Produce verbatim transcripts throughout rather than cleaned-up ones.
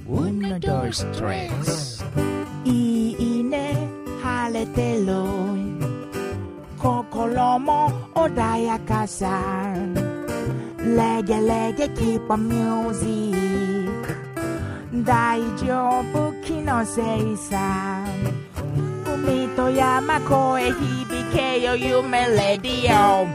Uno dos tres いいね晴れてる心も穏やかさレゲレゲキープミュージック大丈夫気のせいさ海と山声響けよ夢レディオ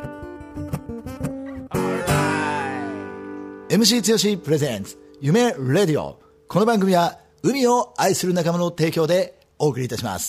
エムシー つよしプレゼンツ夢レディオ。この番組は海を愛する仲間の提供でお送りいたします。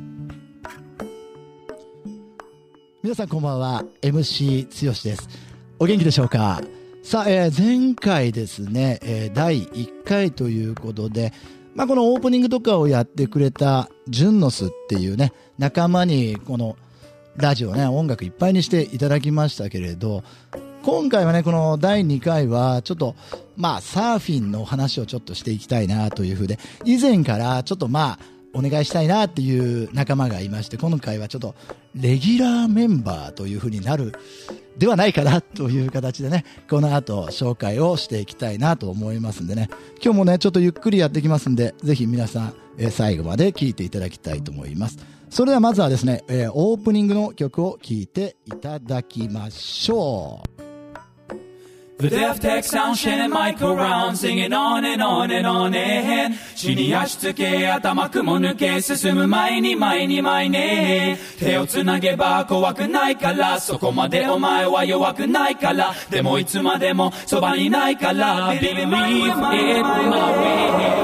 皆さんこんばんは、 エムシー つよしです。お元気でしょうか。さあ、えー、前回ですね、えー、だいいっかいということで、まあ、このオープニングとかをやってくれたジュンノスっていうね仲間にこのラジオね音楽いっぱいにしていただきましたけれど、今回はねこのだいにかいはちょっとまあサーフィンの話をちょっとしていきたいなというふうで、以前からちょっとまあお願いしたいなっていう仲間がいまして、今回はちょっとレギュラーメンバーというふうになるではないかなという形でね、この後紹介をしていきたいなと思いますんでね、今日もねちょっとゆっくりやっていきますんで、ぜひ皆さん、えー、最後まで聴いていただきたいと思います。それではまずはですね、えー、オープニングの曲を聴いていただきましょう。 The Deaf Tech Sound Shannon Michael Round Singing on and on and on and 地に足つけ頭雲抜け進む前に前に前に手をつなげば怖くないから、そこまでお前は弱くないから、でもいつまでもそばにいないから Believe it my way。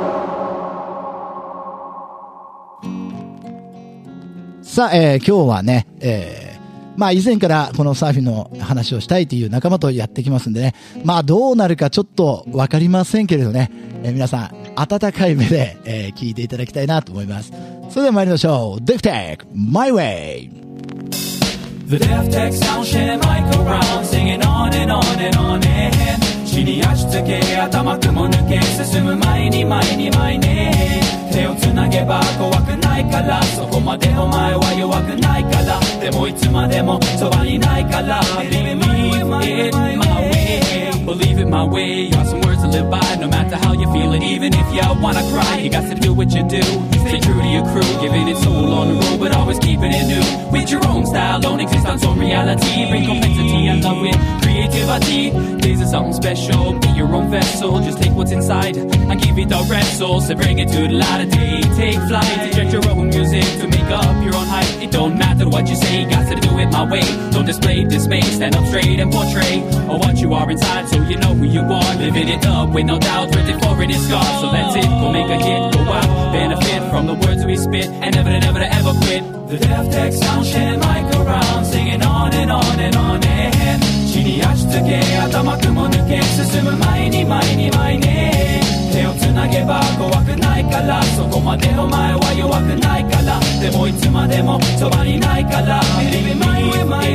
さあ、えー、今日はね、えーまあ以前からこのサーフィンの話をしたいという仲間とやってきますんでね、まあどうなるかちょっとわかりませんけれどね、えー、皆さん温かい目で、えー、聞いていただきたいなと思います。それでは参りましょう。 Deaf Tech My Way。 The Deaf Tech Sound Shannon Michael Round Singing on and on and on and 地に足つけ頭雲抜け進む前に前に前に手をつなげば怖くないから、そこまでお前は弱くないから、でもいつまでもそばにいないから Believe it my way。 Believe it my way。 You got some words to live by no matter how you feel it. Even if you wanna cry, you got to do what you do. Stay true to your crew, giving it soul on the road, but always keeping it new. With your own style, own existence, own reality. Bring complexity and love with creativity. This is something special, be your own vessel. Just take what's inside and give it the wrestle. So bring it to the light of day. Take flight, inject your own music to make up your own hype. It don't matter what you say, got to do it my way. Don't display dismay, stand up straight and portray what you are inside, so you know who you are. Living it up with no doubt, ready for it is God. So let's it, go make a hit, go out, benefit from the words we spit, and never to never to ever quit. The Deaf Tech Sound Shannon Michael Round Singing on and on and on and 地に足つけ頭雲抜け進む前に前に前に手をつなげば怖くないから、そこまでお前は弱くないから、でもいつまでもそばにいないから Believe it my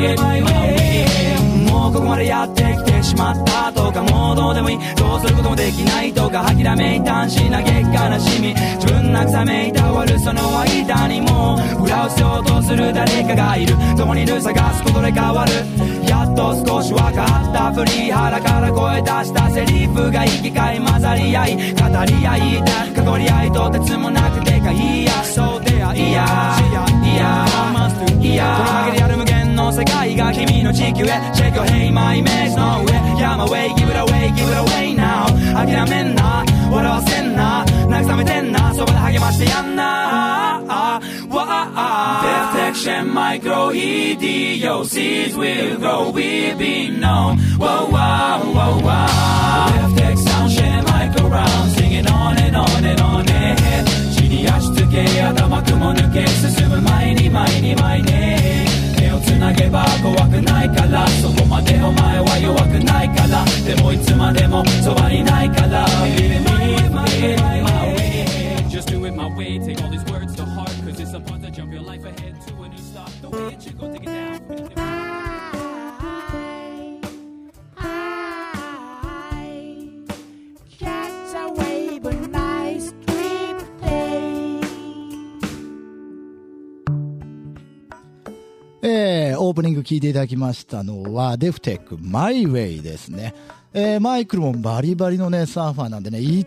way。 もうここまでやってきてしまったとか、もうどうでもいい、どうすることもできないとか、諦めたんし嘆き悲しみ自分慰めいたわるその間にも裏をしようとする誰かがいる、どこにいる探すことで変わる。やっと少し分かった振り腹から声出したセリフが生き返混ざり合い語り合いたかこり合いとてつもなくでかい、いやそうでやいやいやいやいやこの限りある無限の世界が君の地球へ Check your hey my image の上 Yeah my way give it away give it away now 諦めんな笑わせんな慰めてんなそばで励ましてやんな Deaf Tech Shannon Micro E D Your seeds will grow we've been known. Whoa wow whoa wow Deaf Tech Sound Shannon Micro Round Singing on and on and on and 地に足つけ頭雲抜け進む前に前に前に手をつなげば怖くないから、そこまでお前は弱くないから、でもいつまでもそばにいないから Believe it my way。 Just do it my way. Take all these words to heart, cause it's a part that jump your life ahead to a new start. The way it should go, take it down. Catch a wave, a nice trip day。 えー、オープニング聞いていただきましたのはデフテックマイウェイですね。えー、マイクルもバリバリのねサーファーなんでね、いつ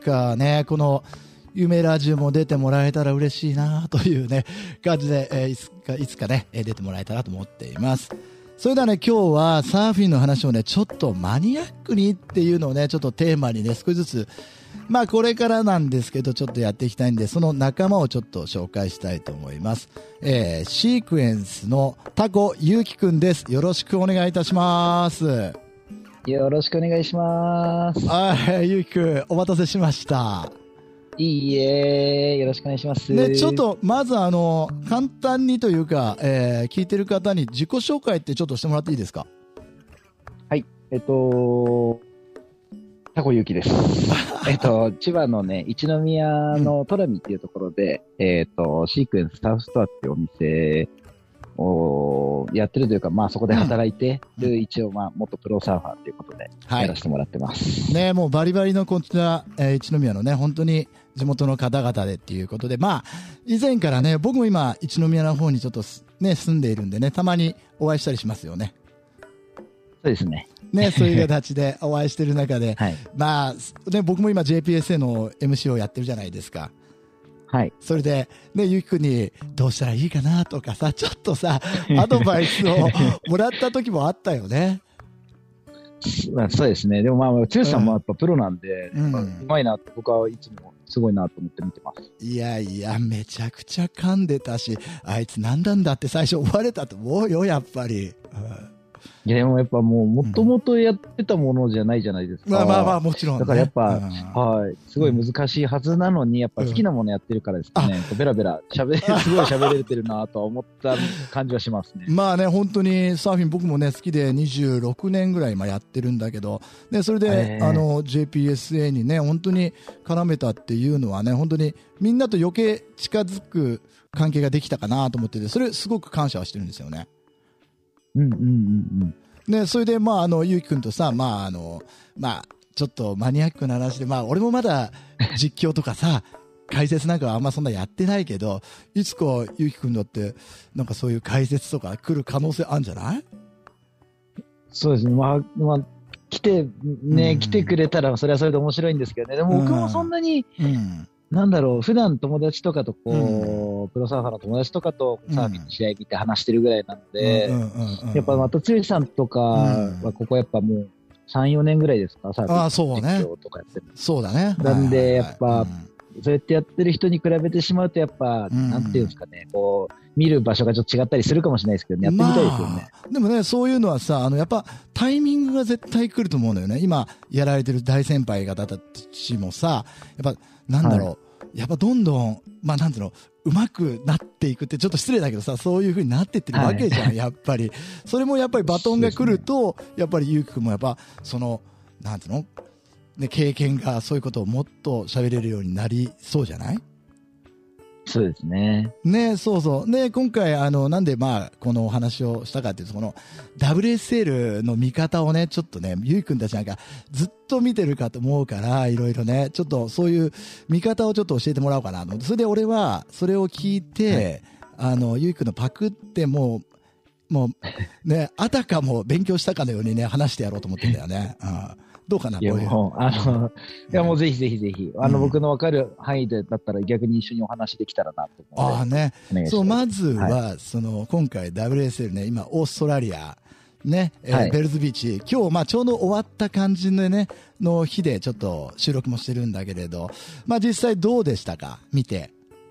かね、この夢ラジオも出てもらえたら嬉しいなというね、感じで、えー、いつか、いつかね、出てもらえたらと思っています。それではね、今日はサーフィンの話をね、ちょっとマニアックにっていうのをね、ちょっとテーマにね、少しずつ、まあこれからなんですけど、ちょっとやっていきたいんで、その仲間をちょっと紹介したいと思います。えー、シークエンスのタコゆうきくんです。よろしくお願いいたします。 よろしくお願いします。 はい、ゆうきくん、お待たせしました。 いいえ、よろしくお願いします。 ね、ちょっと、まずあの、簡単にというか、えー、聞いてる方に自己紹介ってちょっとしてもらっていいですか？ はい、えっと、タコゆうきです。えっと、千葉のね、一宮のトラミっていうところで、うん、えっと、シークエンスサーフストアっていうお店をやってるというか、まあそこで働いてる、うん、一応まあ元プロサーファーということでやらせてもらってます。 はい、ね、もうバリバリのこちら、えー、一宮のね、本当に地元の方々でっていうことで、まあ以前からね、僕も今一宮の方にちょっとね、住んでいるんでね、たまにお会いしたりしますよね。 そうですね。 ね、そういう形でお会いしてる中で、はい、まあ、ね、僕も今 ジェーピーエスエー の エムシー をやってるじゃないですか。 はい。 それで、ね、ゆうきくんにどうしたらいいかなとかさ、ちょっとさ、アドバイスをもらった時もあったよね。 まあ、そうですね。でもまあ、剛さんもやっぱプロなんで、うん、うまいなって僕はいつもすごいなと思って見てます。 いやいや、めちゃくちゃ噛んでたし、あいつなんなんだって最初思われたと思うよ、やっぱり。うん、 いやでもやっぱもうもともとやってたものじゃないじゃないですか。 まあまあまあもちろん、ね。 だからやっぱ、うん、はい、すごい難しいはずなのに、やっぱ好きなものやってるからですかね。うん、ベラベラ喋れ、すごい喋れてるなとは思った感じはしますね。 まあね、本当にサーフィン僕もね好きでにじゅうろくねんぐらい今やってるんだけど、でそれで、えー、あの ジェーピーエスエー にね本当に絡めたっていうのはね、本当にみんなと余計近づく関係ができたかなと思ってて、それすごく感謝はしてるんですよね。 うんうんうんうんね、それで、まあ、あの、ゆうきくんとさ、まあ、あの、まあ、ちょっとマニアックな話で、まあ、俺もまだ実況とかさ、解説なんかはあんまそんなやってないけど、いつかゆうきくんだって、なんかそういう解説とか来る可能性あるんじゃない？ そうですね。まあ、まあ、来て、ね、うん、来てくれたら、それはそれで面白いんですけどね。でも僕もそんなに、うんうんなんだろう、普段友達とかとこう、うん、プロサーファーの友達とかとサーフィンの試合見て話してるぐらいなので、やっぱまた剛さんとかはここやっぱもうさん、よねんぐらいですか、サーフィンの実況とかやってる。 そうだね。 なんで、やっぱ、うん、そうやってやってる人に比べてしまうと、やっぱ、うん、なんていうんですかね、こう、見る場所がちょっと違ったりするかもしれないですけどね、やってみたいですよね。 まあ、でもね、そういうのはさ、あの、やっぱタイミングが絶対来ると思うんだよね。今、やられてる大先輩方たちもさ、やっぱ、なんだろう、はいやっぱどんどん、まあなんていうの、うまくなっていくってちょっと失礼だけどさ、そういう風になっていってるわけじゃん、はい、やっぱり。それもやっぱりバトンが来ると、ね、やっぱりゆうきくんもやっぱ、その、なんていうの、ね、経験がそういうことをもっと喋れるようになりそうじゃない？ そうですね。 ね、そうそう。で、今回、あの、なんで、まあ、このお話をしたかっていうと、この ダブリューエスエル の見方をね、ちょっとね、ゆうきくんたちなんかずっと見てるかと思うから、いろいろね、ちょっとそういう見方をちょっと教えてもらおうかなと思って、それで俺は、それを聞いて、はい、あの、ゆうきくんのパクってもう、もう、ね、あたかも勉強したかのようにね、話してやろうと思ってんだよね。うんどうかな。 いやもう、あの、いやもうぜひぜひぜひ、あの、僕の分かる範囲でだったら逆に一緒にお話できたらなと思う。 ああね。そう、まずは、その、今回 ダブリューエスエル ね、今、オーストラリア、ね、えベルズビーチ、今日、まあ、ちょうど終わった感じのね、の日でちょっと収録もしてるんだけれど、まあ、実際どうでしたか見て。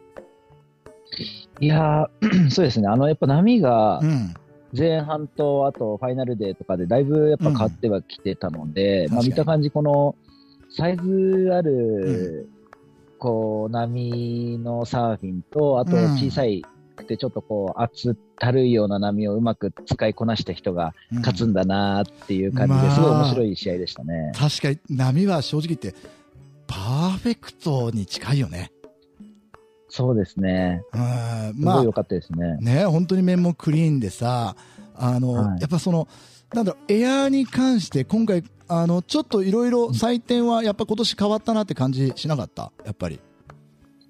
いやー、そうですね。あの、やっぱ波が、うん前半とあとファイナルデーとかでだいぶやっぱ変わってはきてたので、うん、まあ見た感じこのサイズある、こう波のサーフィンとあと小さいくてちょっとこう熱たるいような波をうまく使いこなした人が勝つんだなっていう感じですごい面白い試合でしたね。 まあ、確かに波は正直言ってパーフェクトに近いよね。 そうですね。うん、まあ、すごい良かったですね。 ね、本当に面もクリーンでさ、あの、はい、やっぱその、なんだろう、エアーに関して今回、あの、ちょっといろいろ採点はやっぱ今年変わったなって感じしなかった？やっぱり。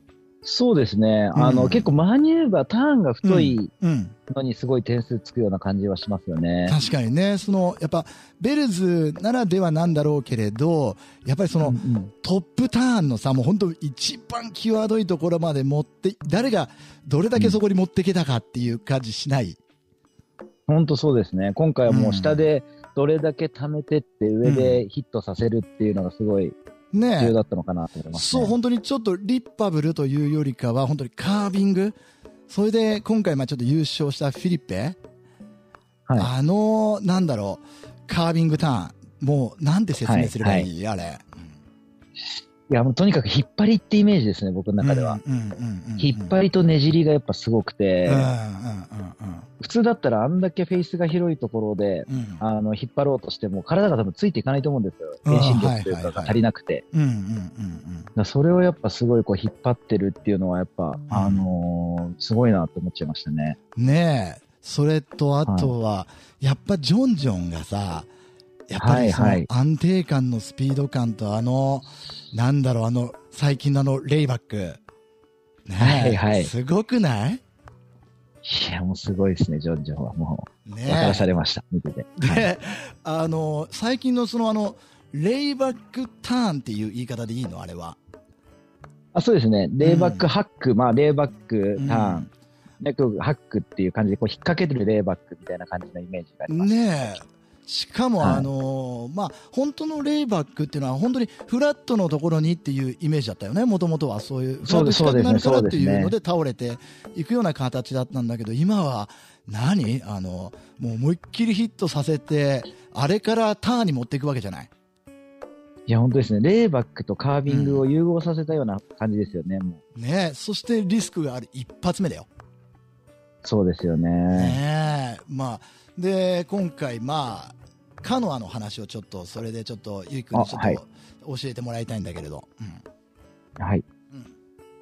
そうですね。あの、うん、結構マニューバー、ターンが太いのにすごい点数つくような感じはしますよね。 確かにね。その、やっぱ、ベルズならではなんだろうけれど、やっぱりその、うんうん、トップターンのさ、もう本当一番際どいところまで持って、誰がどれだけそこに持っていけたかっていう感じしない、 うん、本当そうですね。今回はもう下でどれだけ溜めてって上でヒットさせるっていうのがすごい、ね、重要だったのかなと思います、ね。 そう、本当にちょっとリッパブルというよりかは、本当にカービング。それで今回まあちょっと優勝したフィリペ。はい、あの、なんだろう、カービングターン。もう、なんて説明すればいい、はいはい、あれ。 いや、もうとにかく引っ張りってイメージですね、僕の中では。引っ張りとねじりがやっぱすごくて、普通だったらあんだけフェイスが広いところで、うん、あの引っ張ろうとしても体が多分ついていかないと思うんですよ。遠心力というかが足りなくて。それをやっぱすごいこう引っ張ってるっていうのはやっぱ、うん、あのー、すごいなと思っちゃいましたね。 ねえ。それとあとは、はい、やっぱジョンジョンがさ、やっぱりその安定感のスピード感とあの、なんだろう、あの、最近のあの、レイバック。ね、はいはい。すごくない？ いや、もうすごいですね、ジョンジョンはもう。ね。分からされました、見てて。 で、はい、あの、最近のそのあの、レイバックターンっていう言い方でいいのあれは。 あ、そうですね。レイバックハック、うん、まあ、レイバックターン。うんね、ハックっていう感じでこう引っ掛けてるレイバックみたいな感じのイメージがありますね。え。しかも、はい、あのー、まあ、本当のレイバックっていうのは本当にフラットのところにっていうイメージだったよね。もともとはそういうフラット近くなるからっていうので倒れていくような形だったんだけど、今は何あの、もう思いっきりヒットさせて、あれからターンに持っていくわけじゃない。 いや、本当ですね。レイバックとカービングを融合させたような感じですよね。うん、もうね。そしてリスクがある一発目だよ。 そうですよね。 ねえ。まあ、で、今回、まあ、カノアの話をちょっと、それでちょっと、ゆいくんにちょっと教えてもらいたいんだけれど。 うん、はい。うん、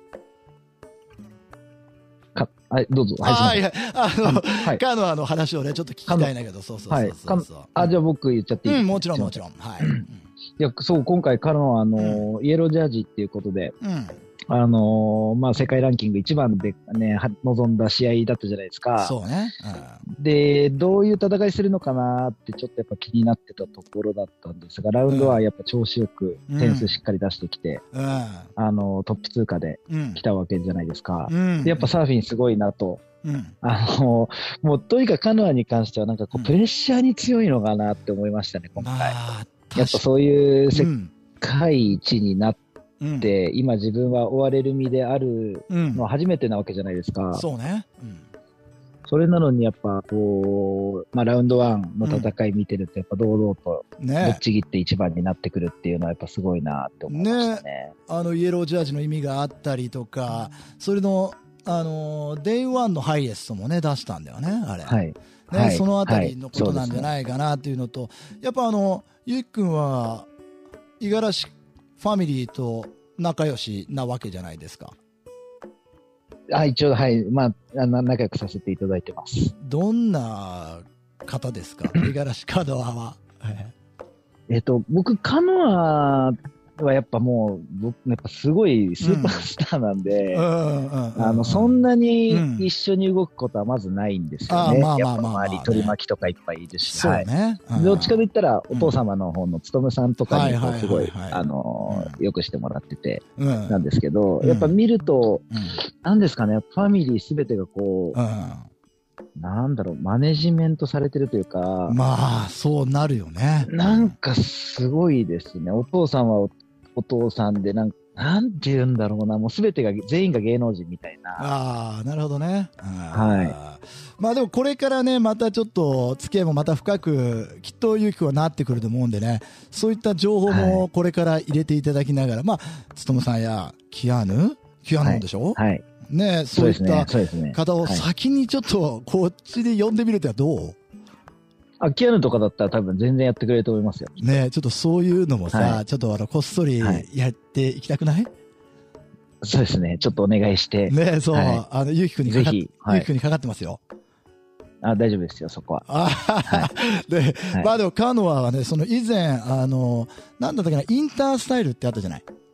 か、はい、どうぞ。 はい、あ、いや、あの、はい、カノアの話をね、ちょっと聞きたいんだけど、そうそうそうそうそう、はい。 あ、じゃあ僕言っちゃっていいですか？ うん、もちろんもちろん。はい。 いや、そう、今回、カノアの、うん、イエロージャージっていうことで、うん、あのー、まあ、世界ランキングいちばんでね、臨んだ試合だったじゃないですか。 そうね。 うん、で、どういう戦いするのかなってちょっとやっぱ気になってたところだったんですが、ラウンドはやっぱ調子よく点数しっかり出してきて、うん、あの、トップ通過で来たわけじゃないですか。うん、でやっぱサーフィンすごいなと。うん、あの、もうとにかくカノアに関してはなんかこう、プレッシャーに強いのかなって思いましたね、今回。やっぱそういう世界一になって、で、うん、今自分は追われる身であるのは初めてなわけじゃないですか。 うん、そうね。うん、 それなのにやっぱこう、まあラウンドワンの戦い見てるとやっぱ堂々とぶっちぎって一番になってくるっていうのはやっぱすごいなって思いましたね。ね、 あのイエロージャージの意味があったりとか、それの、あの、デイワンのハイエストもね、出したんだよね、あれ。はい。ね、はい、そのあたりのことなんじゃないかなっていうのと、はい、やっぱあの、ゆいくんは、五十嵐ファミリーと仲良しなわけじゃないですか。 あ、一応、はい。まあ、仲良くさせていただいてます。 どんな方ですか五十嵐カノアは。 えっと、僕、カノアはやっぱもう、僕、やっぱすごいスーパースターなんで、あの、そんなに一緒に動くことはまずないんですよね。やっぱ周り取り巻きとかいっぱいいるし。そうね。どっちかと言ったら、お父様の方の勉さんとかにすごい、あの、よくしてもらってて、なんですけど、やっぱ見ると、なんですかね、ファミリーすべてがこう、なんだろう、マネジメントされてるというか。 まあ、そうなるよね。 なんかすごいですね。お父さんはおお父さんで、なん、なんて言うんだろうな、もうすべてが、全員が芸能人みたいな。 ああ、なるほどね。はい。まあでもこれからね、またちょっと、付き合いもまた深く、きっとゆうきくんはなってくると思うんでね、そういった情報もこれから入れていただきながら、はい、まあ、つとむさんや、キアヌキアヌでしょ、はい、はい。ね、そういった方を先にちょっと、こっちで呼んでみるとはどう？ あ、キアヌとかだったら多分全然やってくれると思いますよ。 ね、ちょっとそういうのもさ、はい、ちょっとあの、こっそりやっていきたくない？はい、 そうですね。ちょっとお願いして。 ね、そう、はい、あの、ゆうきくんにかかっ、ゆうきくんにかかってますよ。 あ、大丈夫ですよ、そこは。 あはい、で、はい、まあでもカノアはね、その以前、あの、なんだったっけな、インタースタイルってあったじゃない？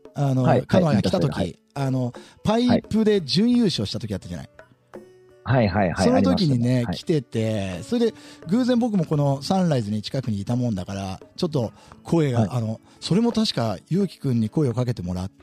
あの、 はいカノアが来た時、 はい、 あの、パイプで準優勝した時あったじゃない。 はいはいはい。 その時にね、 はい、 来てて、それで偶然僕もこのサンライズに近くにいたもんだから、ちょっと声が、はい、あの、それも確かゆうきくんに声をかけてもらって、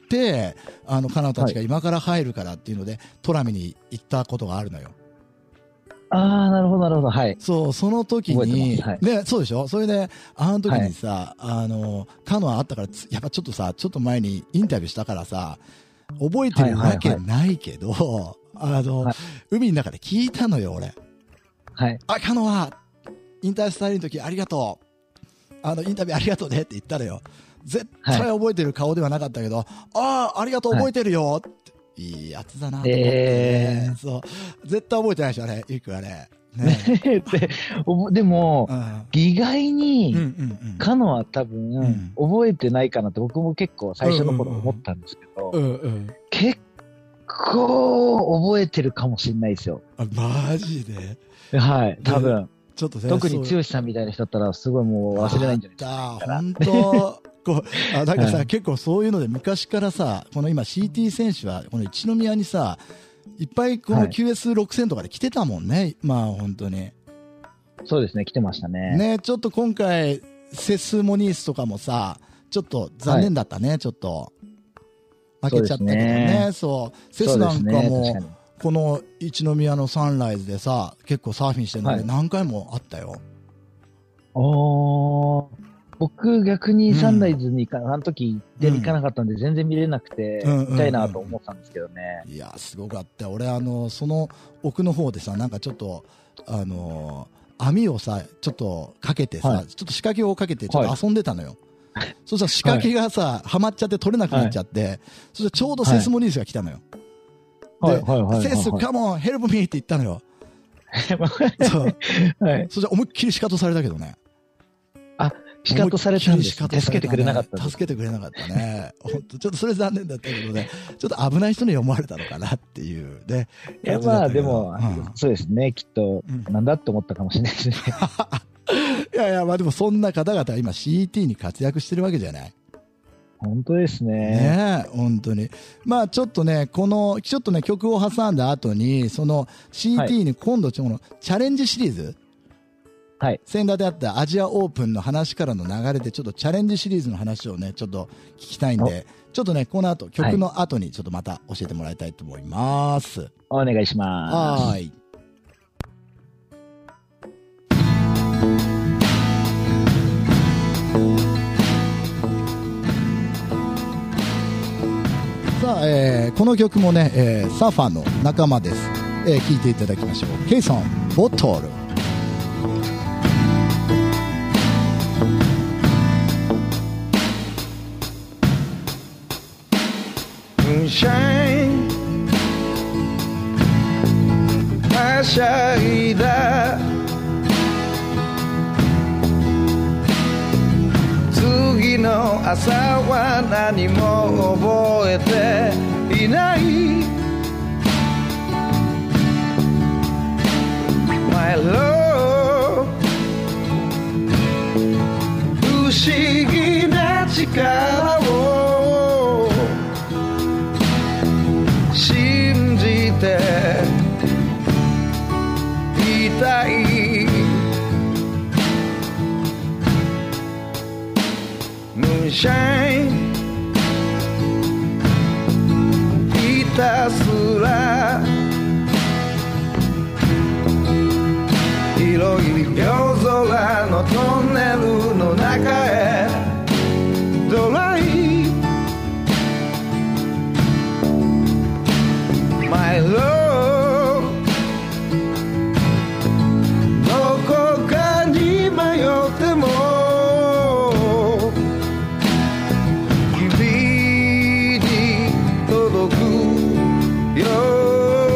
あの、カナたちが今から入るからっていうので、はい、トラミに行ったことがあるのよ。 ああ、なるほどなるほど、はい。 そう、その時に、はい、ね、そうでしょそれで、あの時にさ、はい、あの、カノアあったから、やっぱちょっとさ、ちょっと前にインタビューしたからさ、覚えてるわけないけど、はいはいはいあの、はい、海の中で聞いたのよ、俺。はい。あ、カノア、インタースタイルの時ありがとう。あの、インタビューありがとうねって言ったのよ。絶対覚えてる顔ではなかったけど、はい、ああ、ありがとう覚えてるよって、はい、いいやつだなと思って、ね、えー、そう。絶対覚えてないでしょ、あれ、ゆうくんあれ。ね、 で, でも、うん、意外に、カノは多分、うん、覚えてないかなって僕も結構最初の頃思ったんですけど、うんうんうん、結構覚えてるかもしれないですよ。 あ、マジではい、多分。 ちょっとね、 特に剛さんみたいな人だったらすごいもう忘れないんじゃないですか。 本当こうあなんかさ、はい、結構そういうので昔からさ、この今 シーティー 選手はこの一宮にさ、いっぱいこの キューエスろくせん とかで来てたもんね、はい、まあ本当に。 そうですね、来てましたね。 ね、ちょっと今回、セスモニースとかもさ、ちょっと残念だったね、はい、ちょっと。負けちゃったけどね、そう。セスなんかも、この一宮のサンライズでさ、結構サーフィンしてるので何回もあったよ。 ああ。僕逆にサンライズに、うん、あの時出に行かなかったんで全然見れなくて、うん、見たいなと思ったんですけどね。 いや、すごかった。俺あの、その奥の方でさ、なんかちょっと、あのー、網をさ、ちょっとかけてさ、はい、ちょっと仕掛けをかけてちょっと遊んでたのよ。はい、そしたら仕掛けがさ、はい、はまっちゃって取れなくなっちゃって、はい、そしたらちょうどセスモニースが来たのよ。はい、で、はいはいはいはい、セス、カモン、ヘルプミーって言ったのよ。そう。はい、そしたら思いっきりシカトされたけどね。 あ、シカトされたんです。助けてくれなかった。 助けてくれなかったね。本当ちょっとそれ残念だったけどね、ちょっと危ない人に思われたのかなっていうね。 いや、まあでも、うん、そうですね、きっと、なんだって思ったかもしれないですね。 いやいや、まあでもそんな方々は今 シーティー に活躍してるわけじゃない。 本当ですね。 ねえ、本当に。まあちょっとね、この、ちょっとね、曲を挟んだ後に、その シーティー に今度、このチャレンジシリーズ、はい。先だであったアジアオープンの話からの流れで、ちょっとチャレンジシリーズの話をね、ちょっと聞きたいんで、ちょっとね、この後、曲の後にちょっとまた教えてもらいたいと思います。はい、 お願いします。 はい。さあ、えー、この曲もね、えー、サーファーの仲間です。えー、聴いていただきましょう。ケイソン、ボトル。 シャインはしゃいだ次の朝は何も覚えていない My love 不思議な力を信じていたいムーンシャインひたすら広い夜空のトンネルの中へドライMy love どこかに迷っても君に届くよ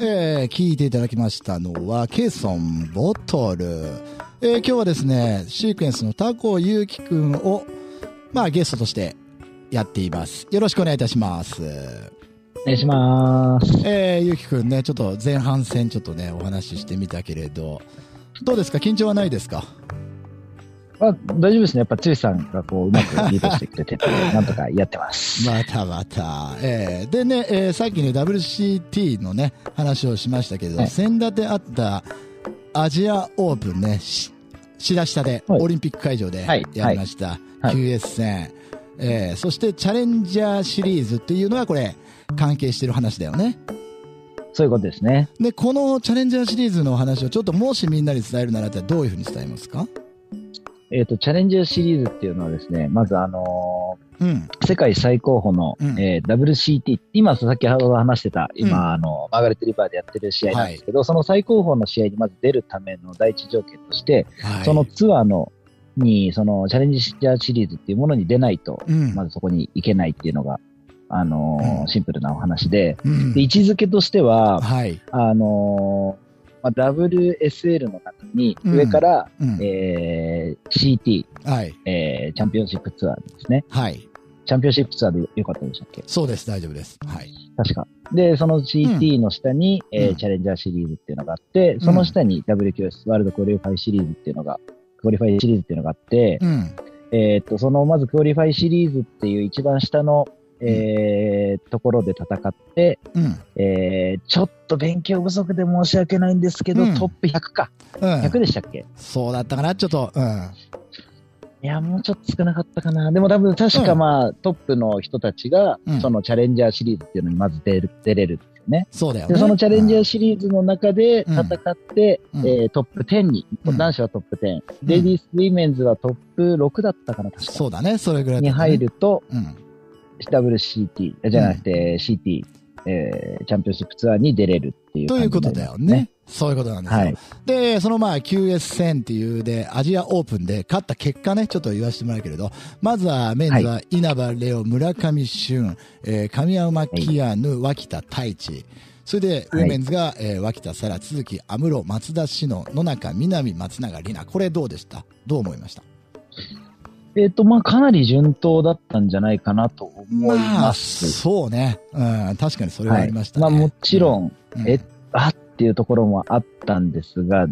えー、聞いていただきましたのは、ケイソンボトル。えー、今日はですね、シークエンスのタコユウキくんを、まあ、ゲストとしてやっています。よろしくお願いいたします。 お願いします。 えー、ユウキくんね、ちょっと前半戦ちょっとね、お話ししてみたけれど、どうですか？緊張はないですか？ あ、大丈夫ですね。やっぱ、つゆさんがこう、うまくリードしてくれてて、なんとかやってます。 またまた。えー、でね、えー、さっきね、ダブリューシーティー のね、話をしましたけど、はい、先立てあったアジアオープンね、し、しだしたで、オリンピック会場でやりました。はいはい、キューエス 戦。えー、そしてチャレンジャーシリーズっていうのがこれ、関係してる話だよね。 そういうことですね。 で、このチャレンジャーシリーズの話をちょっともしみんなに伝えるならどういうふうに伝えますか？ えっと、チャレンジャーシリーズっていうのはですね、まずあのー、うん、世界最高峰の、うん、えー、ダブリューシーティー、今、先ほど話してた、今、うん、あの、マーガレットリバーでやってる試合なんですけど、はい、その最高峰の試合にまず出るための第一条件として、はい、そのツアーの、に、その、チャレンジャーシリーズっていうものに出ないと、うん、まずそこに行けないっていうのが、あのーうん、シンプルなお話で、うん、で、位置づけとしては、はい、あのー、まあ、ダブリューエスエル の中に上から、うんえー、シーティー、はいえー、チャンピオンシップツアーですね。はい。チャンピオンシップツアーでよかったでしたっけ？ そうです、大丈夫です。はい。 確か。で、その シーティー の下に、うんえー、チャレンジャーシリーズっていうのがあって、その下に ダブリューキューエス、ワールドクオリファイシリーズっていうのが、クオリファイシリーズっていうのがあって、うん、えー、っと、そのまずクオリファイシリーズっていう一番下のえー、ところで戦って、うんえー、ちょっと勉強不足で申し訳ないんですけど、うん、トップひゃくか、うん。ひゃくでしたっけ？ そうだったかな、ちょっと。うん、 いや、もうちょっと少なかったかな。でも多分確かまあ、うん、トップの人たちが、うん、そのチャレンジャーシリーズっていうのにまず出る、出れるんですよね。 そうだよね。 で、そのチャレンジャーシリーズの中で戦って、うんえー、トップじゅうに、うん、男子はトップじゅう、レディース、ウィメンズはトップろくだったかな、確か。 そうだね、それぐらい、ね。 に入ると、うんダブリューシーティー じゃなくて シーティー、うんえー、チャンピオンシップツアーに出れるっていう、ね。 ということだよね。そういうことなんですよ。はい、で、そのまあ キューエス 戦っていうで、アジアオープンで勝った結果ね、ちょっと言わせてもらうけれど、まずはメンズは稲葉レオ、村上俊、えー、神山キアヌ、脇田太一。それで、ウェメンズが、えー、脇田沙羅、都築安室、松田志乃、野中南、松永里奈。これどうでした？どう思いました？ えっ、ー、と、まあ、かなり順当だったんじゃないかなと思います。まあ、 そうね。うん、確かにそれはありましたね。 はい、まあ、もちろん、うん、え、あっていうところもあったんですが、うん、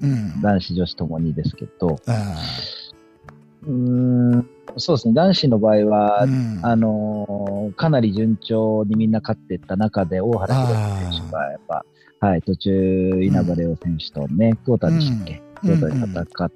男子女子ともにですけど、うん、うーんそうですね。男子の場合は、うん、あのー、かなり順調にみんな勝っていった中で、大原弘選手がやっぱ、はい、途中、稲葉レオ選手とね、クォーターでしたっけ？クォーターで戦って、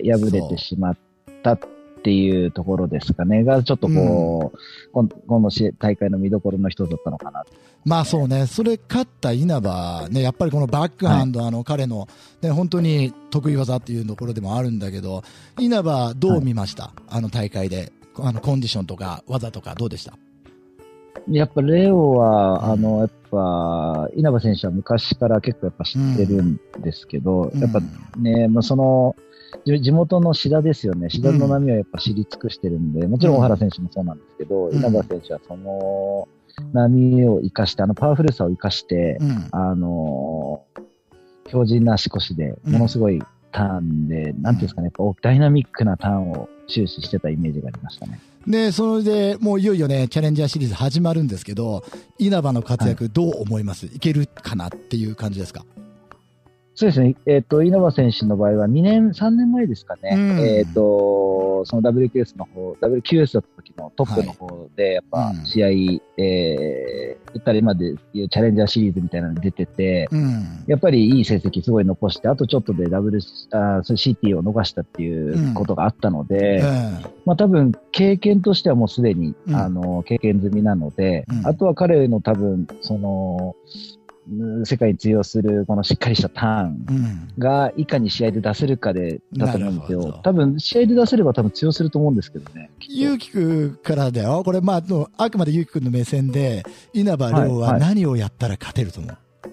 敗れてしまったっていうところですかね。が、ちょっとこう、うん、今の大会の見どころの一つだったのかな。 まあそうね。それ勝った稲葉、ね、やっぱりこのバックハンド、はい、あの、彼の、ね、本当に得意技っていうところでもあるんだけど、稲葉どう見ました？はい、あの大会で。あの、コンディションとか技とかどうでした？ やっぱレオは、うん、あの、やっぱ、稲葉選手は昔から結構やっぱ知ってるんですけど、うん、やっぱね、まあ、その、地元の志田ですよね。志田の波はやっぱ知り尽くしてるんで、うん、もちろん小原選手もそうなんですけど、うん、稲葉選手はその波を生かして、あのパワフルさを生かして、うん、あの、強靭な足腰で、ものすごいターンで、うん、なんていうんですかね、やっぱダイナミックなターンを終始してたイメージがありましたね。 で、それでもういよいよね、チャレンジャーシリーズ始まるんですけど、稲葉の活躍どう思います？はい、いけるかなっていう感じですか？ そうですね。えっ、ー、と、稲葉選手の場合はにねん、さんねんまえですかね。うん、えっ、ー、と、その ダブリューキューエス の方、ダブリューキューエス だった時のトップの方で、やっぱ試合、はい、えー、言ったら今でいうチャレンジャーシリーズみたいなのに出てて、うん、やっぱりいい成績すごい残して、あとちょっとで ダブリュー、あ、シーティー を逃したっていうことがあったので、うんうん、まあ多分経験としてはもうすでに、うん、あの、経験済みなので、うん、あとは彼の多分、その、世界に通用するこのしっかりしたターンがいかに試合で出せるかでだと思うんですよ。多分試合で出せれば多分通用すると思うんですけどね。 ゆうきくんからだよ。これまああくまでゆうきくんの目線で稲葉レオは何をやったら勝てると思う？はいはい、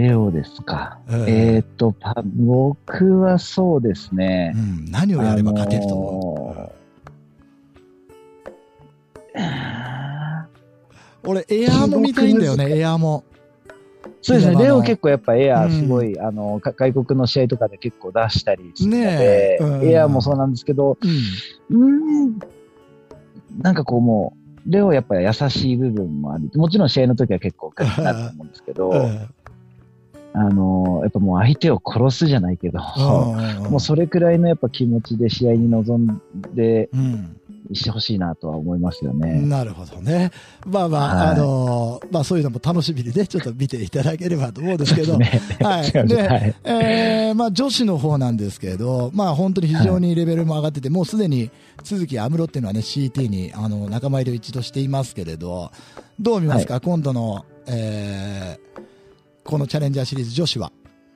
レオですか。うん、えっ、ー、と僕はそうですね。 うん、何をやれば勝てると思う？あのー俺、 エアーも見たいんだよね、エアーも。 そうですね、レオ結構やっぱエアーすごい、うん、あの、外国の試合とかで結構出したりするので、ねうん、エアーもそうなんですけど、うん、うんなんかこうもう、レオやっぱり優しい部分もある。もちろん試合の時は結構ガッとなると思うんですけど、うんあの、やっぱもう相手を殺すじゃないけど、もうそれくらいのやっぱ気持ちで試合に臨んで、してほしいなとは思いますよね。 なるほどね。まあまあ、はい、あの、まあそういうのも楽しみにね、ちょっと見ていただければと思うんですけど、ね、はい。で、はい、えー、まあ女子の方なんですけど、まあ本当に非常にレベルも上がってて、はい、もうすでに都築有夢路っていうのはね、シーティー にあの仲間入りを一度していますけれど、どう見ますか、はい、今度の、えー、このチャレンジャーシリーズ女子は。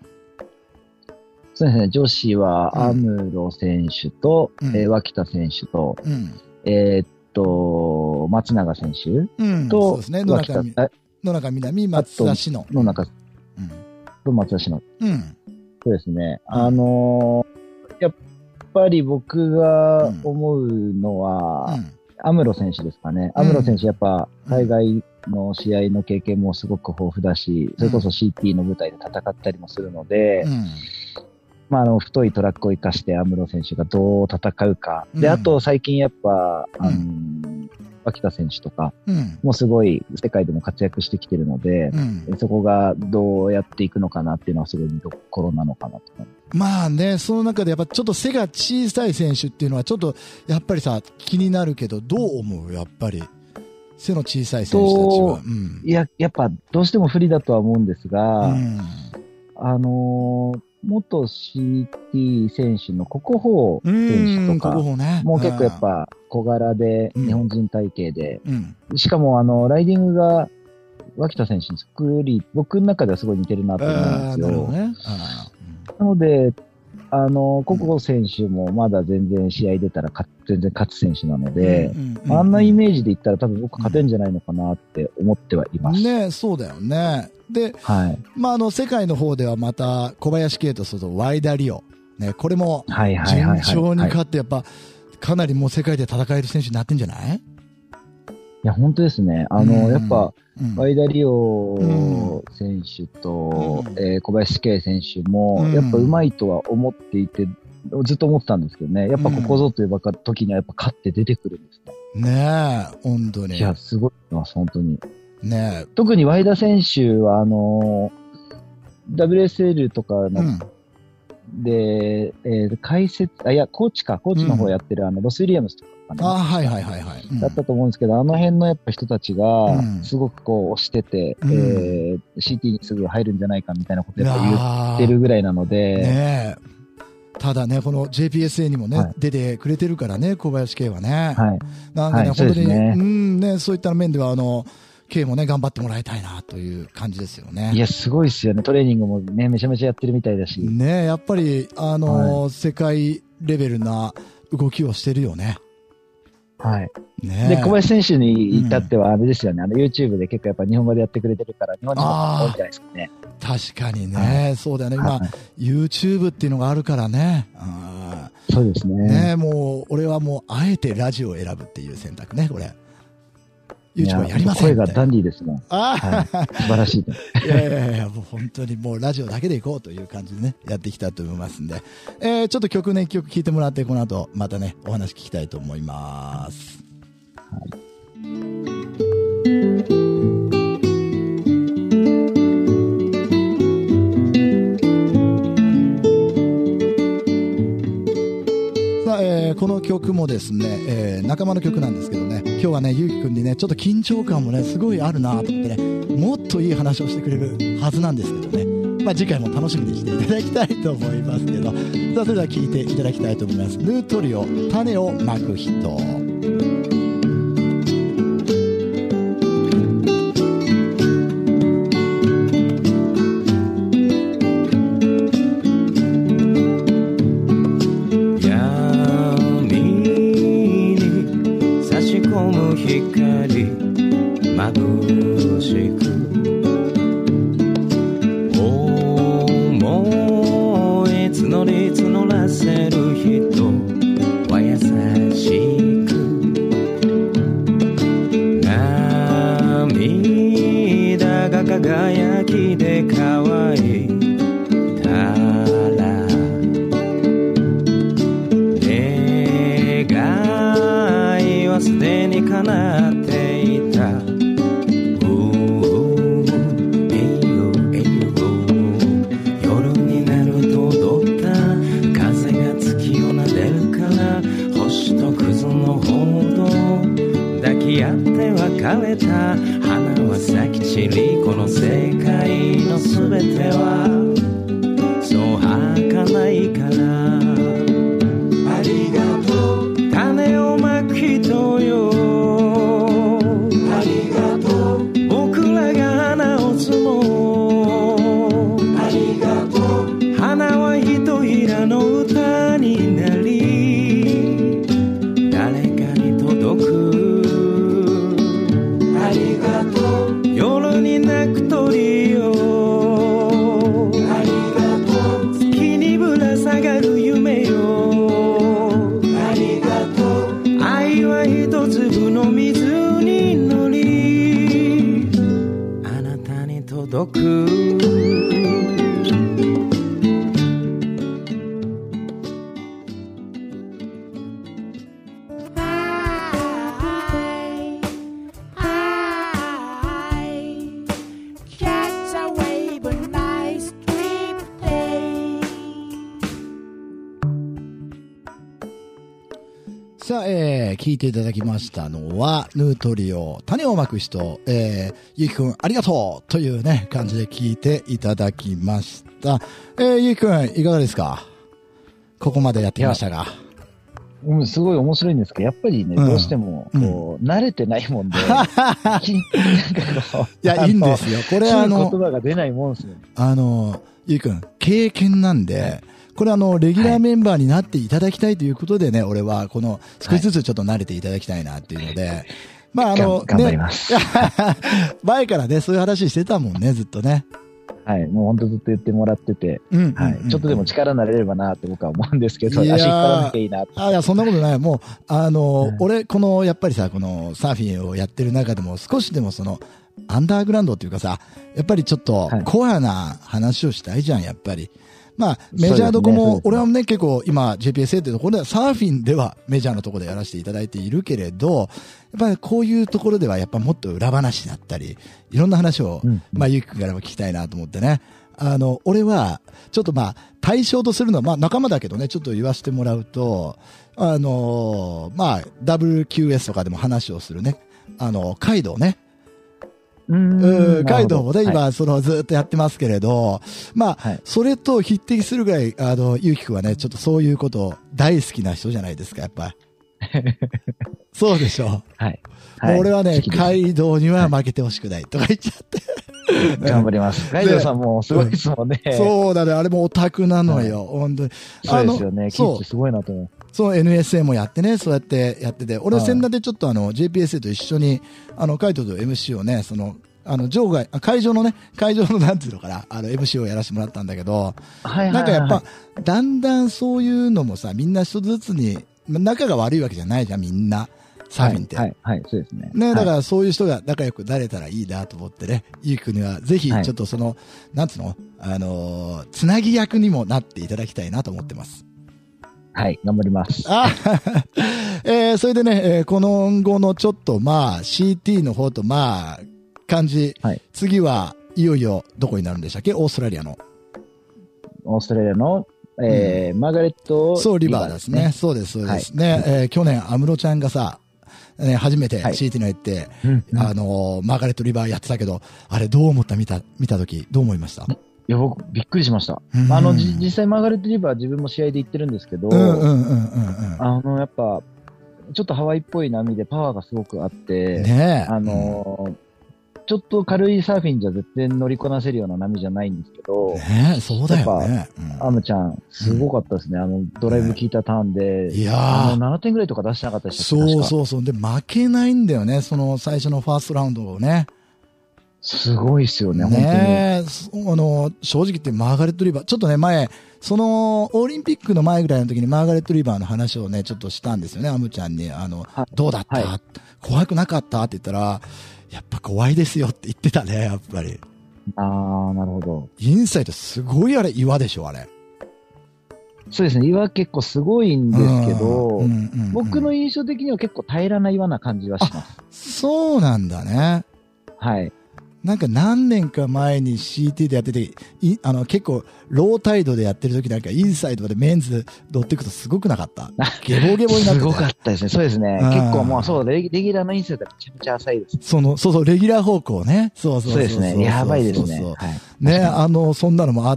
そうですね、女子はアムロ選手と、うんえー、脇田選手と、うん、えー、っと、松永選手と、うん、そうですね、野中野中みなみ、松田篠。 野中、うん、と松田篠。うん。そうですね、あのー、やっぱり僕が思うのは、うんアムロ選手ですかね。アムロ選手やっぱ海外の試合の経験もすごく豊富だし、それこそ シーティー の舞台で戦ったりもするので、うん、まああの太いトラックを生かしてアムロ選手がどう戦うか。で、あと最近やっぱ、あのー、脇田選手とかもすごい世界でも活躍してきてるので、うん、そこがどうやっていくのかなっていうのはすごい見どころなのかなと思います。 まあね、その中でやっぱちょっと背が小さい選手っていうのはちょっとやっぱりさ気になるけど、どう思うやっぱり背の小さい選手たちは、うん、 いややっぱどうしても不利だとは思うんですが、うん、あのー、元 シーティー 選手のココホウ選手とかもう結構やっぱ小柄で日本人体型で、うんうん、しかもあのライディングが脇田選手にそっくり僕の中ではすごい似てるなと思うんですよ。なるほどね。なので、あの、ココ選手もまだ全然試合出たらか全然勝つ選手なので、うんうんうんうん、あんなイメージで言ったら多分僕勝てんじゃないのかなって思ってはいます。 ね、そうだよね。で、はい。まあ、あの、世界の方ではまた小林圭とするとワイダリオ。ね、これも順調に勝ってやっぱかなりもう世界で戦える選手になってんじゃない？ いや、本当ですね。あの、うん、やっぱ、うん、ワイダリオ選手と、うんえー、小林圭選手も、うん、やっぱ上手いとは思っていて、ずっと思ってたんですけどね。やっぱここぞという時にはやっぱ勝って出てくるんですね。ねえ、本当に。 いや、すごいます、本当に。 ねえ。 特にワイダ選手は、あのー、ダブリューエスエル とかの、うんで、えー、解説、あ、いや、コーチか、コーチの方やってる、うん、あの、ロス・ウィリアムスとかかな。 あ、はいはいはいはい。 だったと思うんですけど、うん、あの辺のやっぱ人たちが、すごくこう、押してて、うん、えー、シーティー にすぐ入るんじゃないかみたいなことやっぱ言ってるぐらいなので。 ねえ。ただね、この ジェイピーエスエー にもね、はい、出てくれてるからね、小林圭はね。はい。なんでね、はい、本当に、ね、うんね、そういった面では、あの、K もね、頑張ってもらいたいなという感じですよね。 いや、すごいですよね。トレーニングもね、めちゃめちゃやってるみたいだし。 ね、やっぱり、あのーはい、世界レベルな動きをしてるよね。 はい。ね、で、小林選手に至っては、あれですよね、うん、あの、YouTube で結構やっぱ日本語でやってくれてるから、日本人も多いんじゃないですかね。 確かにね、はい、そうだよね。今、はい、YouTube っていうのがあるからね。 あそうですね。 ね、もう、俺はもう、あえてラジオを選ぶっていう選択ね、これ。YouTube はやりません。 声がダンディーですもん。ああ、はい、素晴らしい。 いやいやいや、もう本当にもうラジオだけでいこうという感じでね、やっていきたいと思いますんで、えー、ちょっと曲ね、一曲聴いてもらって、この後またね、お話聞きたいと思います。はい。この曲もですね、えー、仲間の曲なんですけどね、今日はね、ゆうきくんにね、ちょっと緊張感もね、すごいあるなと思ってね、もっといい話をしてくれるはずなんですけどね、まあ次回も楽しみにしていただきたいと思いますけど、さあそれでは聴いていただきたいと思います。ヌートリオ、種をまく人。 募り募らせる人は優しくが輝きで乾いたら願いはすでに叶っていた。夜になると踊った風が月を撫でるから星と葛の報道抱き合って別れた花は咲き散りこの世界のすべてはそう儚いからありがとう種をまく人よありがとう僕らが花を摘もうありがとう花はひとひらの歌になり誰かに届く夜に鳴く鳥よありがとう月にぶら下がる夢よありがとう愛は一粒の水に乗りあなたに届くさあ、えー、聞いていただきましたのは、ヌートリオ、種をまく人、えー、ゆうきくんありがとうというね、感じで聞いていただきました。えー、ゆうきくんいかがですか？ここまでやってきましたが。 うん、すごい面白いんですけど、やっぱりね、うん、どうしても、こう、うん、慣れてないもんで、なんかこう、 いや、いいんですよ。これあの、 言葉が出ないもんですね。 あの、ゆうきくん、経験なんで、はい、これあの、レギュラーメンバーになっていただきたいということでね、はい、俺はこの、少しずつちょっと慣れていただきたいなっていうので、はい、まああの、 頑張ります。 ね、前からね、そういう話してたもんね、ずっとね。 はい、もう本当ずっと言ってもらってて、うんうんうん、はい、ちょっとでも力になれればなって僕は思うんですけど、足引っ張らなきゃいいなって。 あ、いや、そんなことない。もう、あの、うん、俺、この、やっぱりさ、このサーフィンをやってる中でも、少しでもその、アンダーグラウンドっていうかさ、やっぱりちょっと、コアな話をしたいじゃん、やっぱり。まあ、メジャーどこも、ね、俺はね、結構今 ジェイピーエスエー ってところではサーフィンではメジャーのところでやらせていただいているけれど、やっぱりこういうところではやっぱもっと裏話だったり、いろんな話を、うん、まあ、ゆうきくんからも聞きたいなと思ってね。あの、俺は、ちょっとまあ、対象とするのは、まあ仲間だけどね、ちょっと言わせてもらうと、あの、まあ、ダブリューキューエス とかでも話をするね、あの、カイドウね。うん、カイドウもね、今、はい、その、ずっとやってますけれど、まあ、はい、それと匹敵するぐらい、あの、ゆうきくんはね、ちょっとそういうこと大好きな人じゃないですか、やっぱり。そうでしょ。はい。もう俺はね、カイドウには負けてほしくないとか言っちゃって。 頑張ります。カイドウさんもすごいですもんね。 そうだね、あれもオタクなのよ、はい、本当に。 そうですよね、キッズすごいなと思う。 そう、エヌエスエー もやってね、そうやってやってて、俺は先田でちょっとあの、ジェイピーエスエー と一緒に、あの、カイトと エムシー をね、その、あの、場外、会場のね、会場のなんていうのかな、あの、エムシー をやらせてもらったんだけど、はいはいはいはい、なんかやっぱ、だんだんそういうのもさ、みんな一つずつに、仲が悪いわけじゃないじゃん、みんな。サーフィンって。 はい、はい、はい、そうですね。 ね、だからそういう人が仲良くなれたらいいなと思ってね、ゆうきくんにはぜひ、ちょっとその、はい、なんつうのあのー、つなぎ役にもなっていただきたいなと思ってます。 はい、頑張ります。 あえー、それでね、えー、この後のちょっとまあ シーティー の方とまあ感じ、はい、次はいよいよどこになるんでしたっけ？オーストラリアの。 オーストラリアの、えーうん、マーガレットリバーですね。 そう、リバーですね。そうです、そうですね。はい、えー、去年、安室ちゃんがさ、ね、初めて シーティー のやって、はい、あのー、マーガレットリバーやってたけど、あれどう思った見た、見たとき、どう思いました？ いや、僕、びっくりしました。うん、あの、実際マーガレットリバー自分も試合で行ってるんですけど、うんうんうんうんうん、あの、やっぱ、ちょっとハワイっぽい波でパワーがすごくあって、ね、あの、うん、ちょっと軽いサーフィンじゃ絶対乗りこなせるような波じゃないんですけど、 ね、そうだよね。 うん、アムちゃん、すごかったですね。あの、ドライブ効いたターンで、ね、いやー、あの、ななてんぐらいとか出してなかったでしたっけ？ そうそうそう。で、負けないんだよね、その最初のファーストラウンドをね。 すごいっすよね、 ね本当に。あの、正直言ってマーガレットリバー、ちょっとね、前、その、オリンピックの前ぐらいの時にマーガレットリバーの話をね、ちょっとしたんですよね、アムちゃんに。あの、どうだった、はい、怖くなかったって言ったら、 やっぱ怖いですよって言ってたね、やっぱり。 あー、なるほど。 インサイドすごいあれ岩でしょ、あれ。 そうですね、岩結構すごいんですけど、 うんうんうんうん、 僕の印象的には結構平らな岩な感じはします。 そうなんだね。 はい。 なんか何年か前に シーティー でやってて、いあの結構ロータイドでやってる時なんかインサイドでメンズ乗っていくとすごくなかった。ゲボゲボになってて。 すごかったですね。そうですね。結構もうそうレギ、レギュラーのインサイドがめちゃめちゃ浅いです。 その、そうそう、レギュラー方向ね。そうそうそうそう。 そうですね。やばいですね。はい、 ね、あの、そんなのもあって、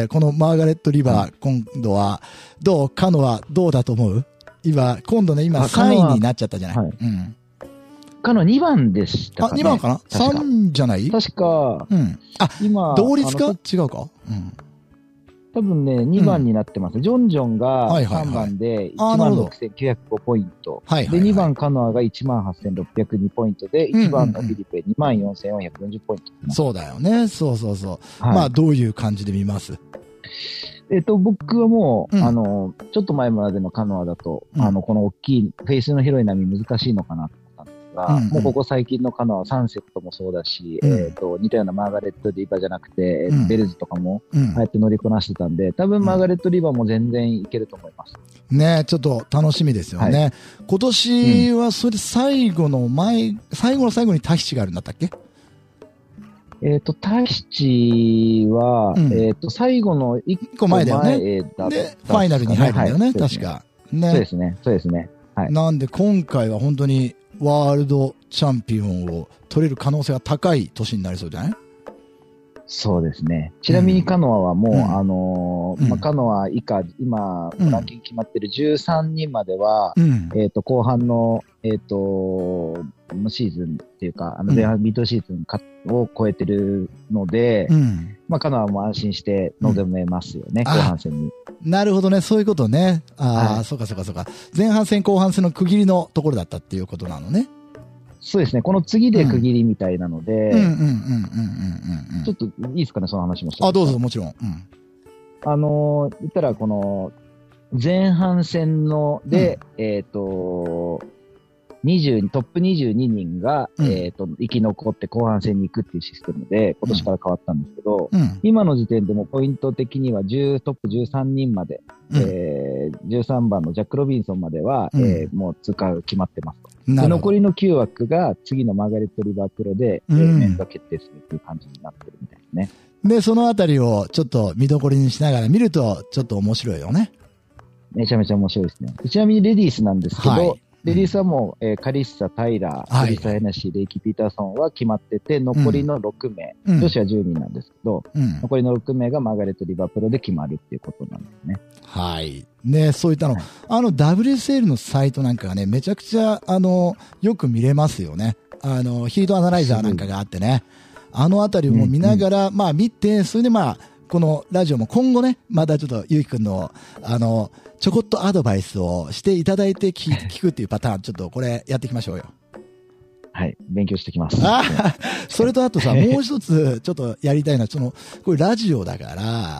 このマーガレットリバー、うん、今度は、どうカノはどうだと思う今、今度ね、今さんいになっちゃったじゃない。はい、うん。 カノにばんでしたかね。 あ、にばんかな ?さん じゃない確か。 うん。あ、今。同率か違うかうん。 多分ね、にばんになってます。うん、ジョンジョンがさんばんでいちまんろくせんきゅうひゃくごポイント。はいはいはい、で、にばんカノアがいちまんはっせんろっぴゃくにポイントで、いちばんのフィリペにまんよんせんよんひゃくよんじゅうポイント。 そうだよね。そうそうそう。はい、まあ、どういう感じで見ますえっと、僕はもう、うん、あの、ちょっと前までのカノアだと、うん、あの、この大きい、フェイスの広い波難しいのかなと思ったんですが、うんうん、もうここ最近のカノアはサンセットもそうだし、うん、えっと、似たようなマーガレットリバーじゃなくて、うん、ベルズとかも、ああやって乗りこなしてたんで、多分マーガレットリバーも全然いけると思います。 ねえ、ちょっと楽しみですよね。はい、今年はそれで最後の前、うん、最後の最後にタヒチがあるんだったっけ？ えっ、ー、と、タヒチは、うん、えっ、ー、と、最後の一個前だよね。で、ファイナルに入るんだよね、はい、確か。ね。 そうですね、そうですね。はい。 なんで、今回は本当にワールドチャンピオンを取れる可能性が高い年になりそうじゃない？ そうですね。ちなみにカノアはもう、うん、あのーうん、まあ、カノア以下、今、ランキング決まってるじゅうさんにんまでは、うん、えっ、ー、と、後半の、えっ、ー、と、シーズンっていうか、あの、前半ミッドシーズンを超えてるので、うん、まあ、カノアも安心して臨めますよね、後半戦に。 なるほどね、そういうことね。ああ、はい、そうかそうかそうか。前半戦後半戦の区切りのところだったっていうことなのね。 そうですね。この次で区切りみたいなので、ちょっといいですかね、その話もして。 あ、どうぞ、もちろん。うん、 あの、言ったら、この、前半戦ので、うん、えっ、ー、と、にじゅう、トップにじゅうににんが、うん、えっ、ー、と、生き残って後半戦に行くっていうシステムで、今年から変わったんですけど、うん、今の時点でもポイント的にはじゅう、トップじゅうさんにんまで、うん、えー、じゅうさんばんのジャック・ロビンソンまでは、うん、えー、もう通過が決まってますと。で残りのきゅうわくが次のマーガレット・リバープロで、うん、えー、メンバー決定するっていう感じになってるみたいですね。 で、そのあたりをちょっと見どころにしながら見ると、ちょっと面白いよね。 めちゃめちゃ面白いですね。ちなみにレディースなんですけど、はい、レディースはもう、えー、カリッサ、タイラー、クリスタ・ヘナシー、レイキ・ピーターソンは決まってて、残りのろくめい、うん、女子はじゅうにんなんですけど、うん、残りのろくめいがマーガレット・リバープロで決まるっていうことなんですね。 はい。ね、そういったの、はい、あの ダブリューエスエル のサイトなんかがね、めちゃくちゃ、あの、よく見れますよね。あの、ヒートアナライザーなんかがあってね、あのあたりも見ながら、うんうん、まあ見て、それでまあ、このラジオも今後ね、またちょっとゆうきくんの、あの、ちょこっとアドバイスをしていただいて聞, 聞くっていうパターン、ちょっとこれやっていきましょうよ。 はい、勉強してきます。 あそれとあとさ、もう一つちょっとやりたいのは、その、これラジオだから、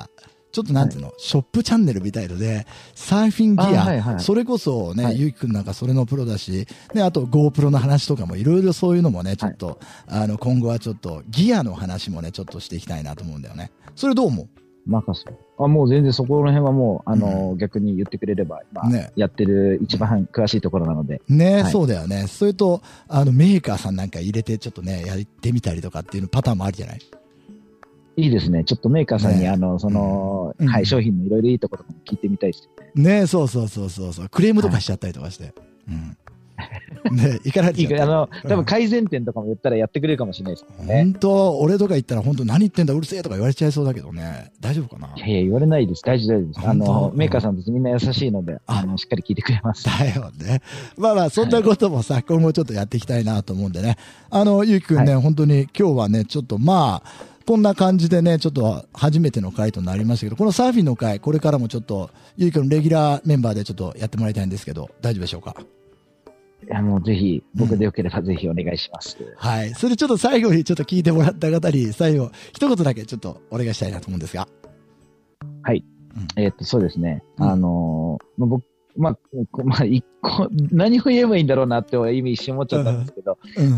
ちょっとなんていうの、はい、ショップチャンネルみたいので、サーフィンギア、はいはい、それこそね、はい、ゆうきくんなんかそれのプロだし、ね、あと GoPro の話とかもいろいろそういうのもね、ちょっと、はい、あの、今後はちょっとギアの話もね、ちょっとしていきたいなと思うんだよね。それどう思う？ 任せ。あ、もう全然そこら辺はもう、あの、うん、逆に言ってくれれば、まあ、ね、やってる一番詳しいところなので。 ね、 はい、 そうだよね。それと、あの、メーカーさんなんか入れて、ちょっとね、やってみたりとかっていうパターンもあるじゃない？ いいですね。ちょっとメーカーさんに、ね、あの、その、うん、はい、商品のいろいろいいところとかも聞いてみたいですよね。ね、そうそうそうそうそう。クレームとかしちゃったりとかして。はい、うん。ね、いかないであの、多分改善点とかも言ったらやってくれるかもしれないですけどね。 本当、俺とか言ったら本当何言ってんだうるせえとか言われちゃいそうだけどね。大丈夫かな？ いやいや、言われないです。大丈夫です。あの、メーカーさんたちみんな優しいので、あの、しっかり聞いてくれます。 だよね。まあまあ、そんなこともさ、はい、今後ちょっとやっていきたいなと思うんでね。あの、ゆうきくんね、はい、本当に今日はね、ちょっとまあ、こんな感じでね、ちょっと初めての回となりましたけど、このサーフィンの回、これからもちょっと、ゆうきくんのレギュラーメンバーでちょっとやってもらいたいんですけど、大丈夫でしょうか？ いや、もうぜひ、僕でよければぜひお願いします、うん。 はい。それでちょっと最後にちょっと聞いてもらった方に、最後、一言だけちょっとお願いしたいなと思うんですが。 はい。うん、えー、っと、そうですね。うん、あのー、僕、まあ、まあ、一個、何を言えばいいんだろうなって意味一瞬思っちゃったんですけど、うん、まあ、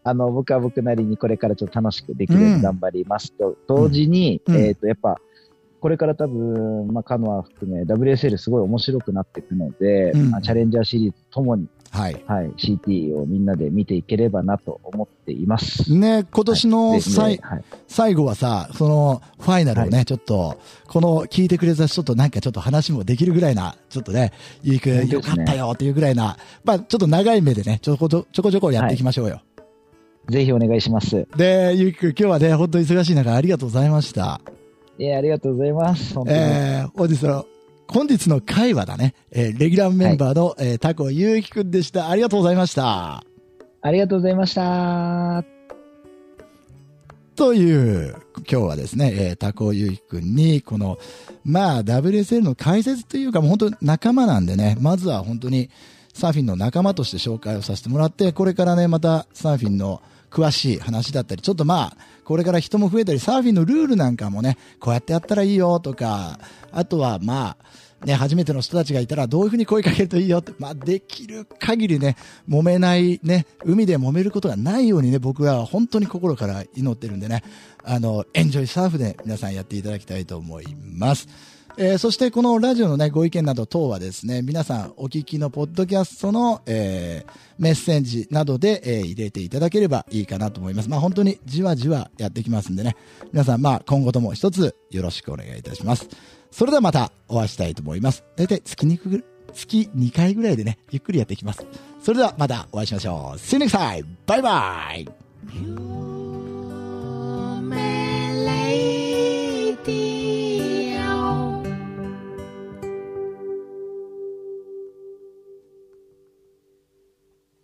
あの、僕は僕なりにこれからちょっと楽しくできるように頑張りますと、うん、同時に、うん、えっと、やっぱ、これから多分、まあ、カノア含め ダブリューエスエル すごい面白くなっていくので、うん、まあ、チャレンジャーシリーズともに、はい。はい。シーティー をみんなで見ていければなと思っています。 ね、今年の最、はい、最後はさ、その、ファイナルをね、はい、ちょっと、この聞いてくれた人となんかちょっと話もできるぐらいな、ちょっとね、ゆいくんよかったよっていうぐらいな、まあ、ちょっと長い目でね、ちょこちょこちょこちょこやっていきましょうよ。はい、 ぜひお願いします。 で、ゆいくん、今日はね、本当に忙しい中ありがとうございました。 いや、ありがとうございます。 えー、本日の、本日の会話だね、えー、レギュラーメンバーの、はい、えー、タコゆうきくんでした。ありがとうございました。 ありがとうございました。 という、今日はですね、えー、タコゆうきくんに、この、まあ、ダブリューエスエル の解説というか、もう本当仲間なんでね、まずは本当にサーフィンの仲間として紹介をさせてもらって、これからね、またサーフィンの詳しい話だったり、ちょっとまあ、これから人も増えたり、サーフィンのルールなんかもね、こうやってやったらいいよとか、あとはまあ、ね、初めての人たちがいたらどういうふうに声かけるといいよって、まあ、できる限りね、揉めないね、海で揉めることがないようにね、僕は本当に心から祈ってるんでね、あの、エンジョイサーフで皆さんやっていただきたいと思います。えー、そしてこのラジオのね、ご意見など等はですね、皆さんお聞きのポッドキャストの、えー、メッセージなどで、えー、入れていただければいいかなと思います。まあ本当にじわじわやってきますんでね、皆さんまあ今後とも一つよろしくお願いいたします。それではまたお会いしたいと思います。だいたい月ににかいぐらいでね、ゆっくりやっていきます。それではまたお会いしましょう。See you next time! バイバイ